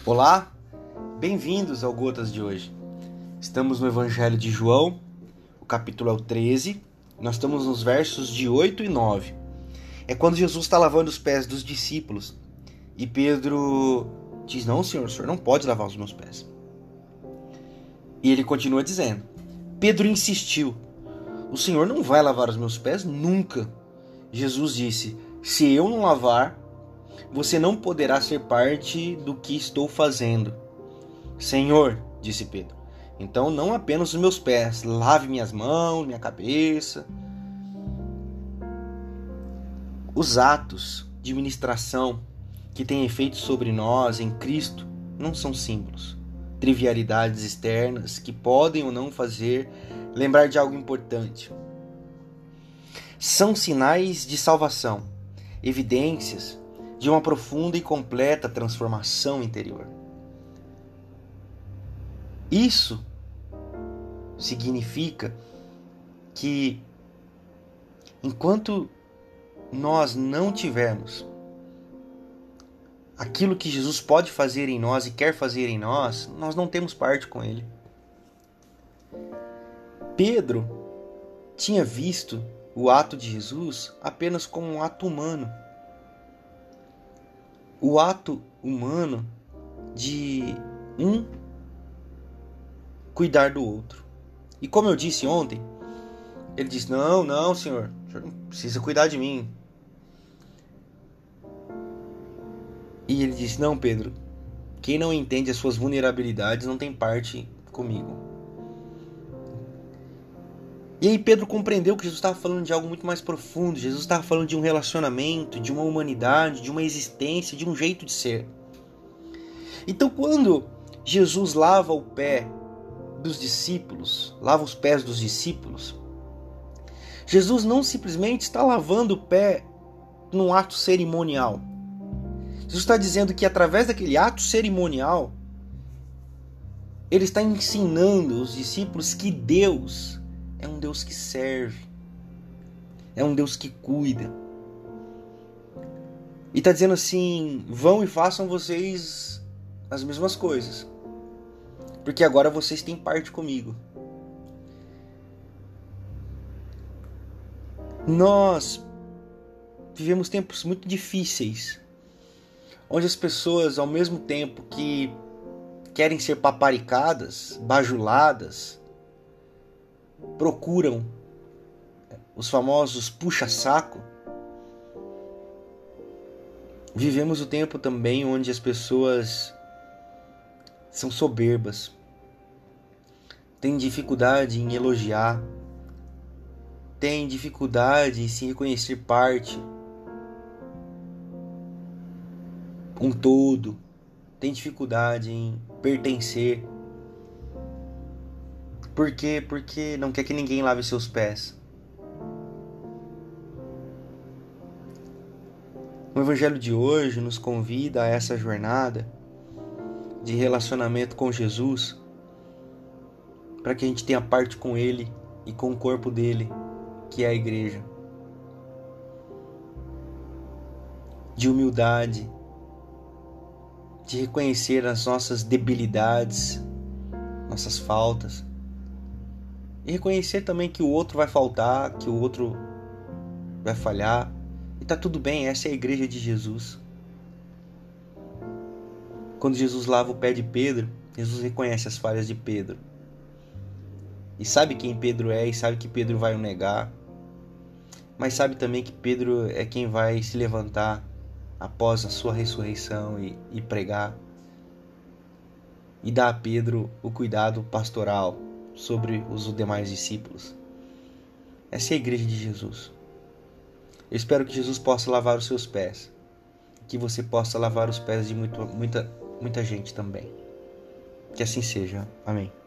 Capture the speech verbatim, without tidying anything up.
Olá, bem-vindos ao Gotas de hoje. Estamos no Evangelho de João, o capítulo é o treze, nós estamos nos versos de oito e nove. É quando Jesus está lavando os pés dos discípulos e Pedro diz: não, senhor, o senhor não pode lavar os meus pés. E ele continua dizendo. Pedro insistiu: o senhor não vai lavar os meus pés nunca. Jesus disse: se eu não lavar, você não poderá ser parte do que estou fazendo. Senhor, disse Pedro, então não apenas os meus pés, lave minhas mãos, minha cabeça. Os atos de ministração que têm efeito sobre nós em Cristo não são símbolos, trivialidades externas que podem ou não fazer lembrar de algo importante. São sinais de salvação, evidências de uma profunda e completa transformação interior. Isso significa que enquanto nós não tivermos aquilo que Jesus pode fazer em nós e quer fazer em nós, nós não temos parte com Ele. Pedro tinha visto o ato de Jesus apenas como um ato humano. O ato humano de um cuidar do outro. E como eu disse ontem, ele disse: não, não, senhor, o senhor não precisa cuidar de mim. E ele disse: não, Pedro, quem não entende as suas vulnerabilidades não tem parte comigo. E aí Pedro compreendeu que Jesus estava falando de algo muito mais profundo. Jesus estava falando de um relacionamento, de uma humanidade, de uma existência, de um jeito de ser. Então quando Jesus lava o pé dos discípulos, lava os pés dos discípulos, Jesus não simplesmente está lavando o pé num ato cerimonial. Jesus está dizendo que através daquele ato cerimonial, ele está ensinando os discípulos que Deus é um Deus que serve, é um Deus que cuida. E está dizendo assim: vão e façam vocês as mesmas coisas, porque agora vocês têm parte comigo. Nós vivemos tempos muito difíceis, onde as pessoas, ao mesmo tempo que querem ser paparicadas, bajuladas, procuram os famosos puxa-saco. Vivemos o tempo também onde as pessoas são soberbas, têm dificuldade em elogiar, têm dificuldade em se reconhecer parte, um todo, têm dificuldade em pertencer. Por quê? Porque não quer que ninguém lave seus pés. O Evangelho de hoje nos convida a essa jornada de relacionamento com Jesus, para que a gente tenha parte com Ele e com o corpo dele, que é a igreja. De humildade, de reconhecer as nossas debilidades, nossas faltas, e reconhecer também que o outro vai faltar, que o outro vai falhar. E tá tudo bem, essa é a igreja de Jesus. Quando Jesus lava o pé de Pedro, Jesus reconhece as falhas de Pedro. E sabe quem Pedro é, e sabe que Pedro vai o negar. Mas sabe também que Pedro é quem vai se levantar após a sua ressurreição e, e pregar. E dar a Pedro o cuidado pastoral sobre os demais discípulos. Essa é a igreja de Jesus. Eu espero que Jesus possa lavar os seus pés, que você possa lavar os pés de muito, muita, muita gente também. Que assim seja. Amém.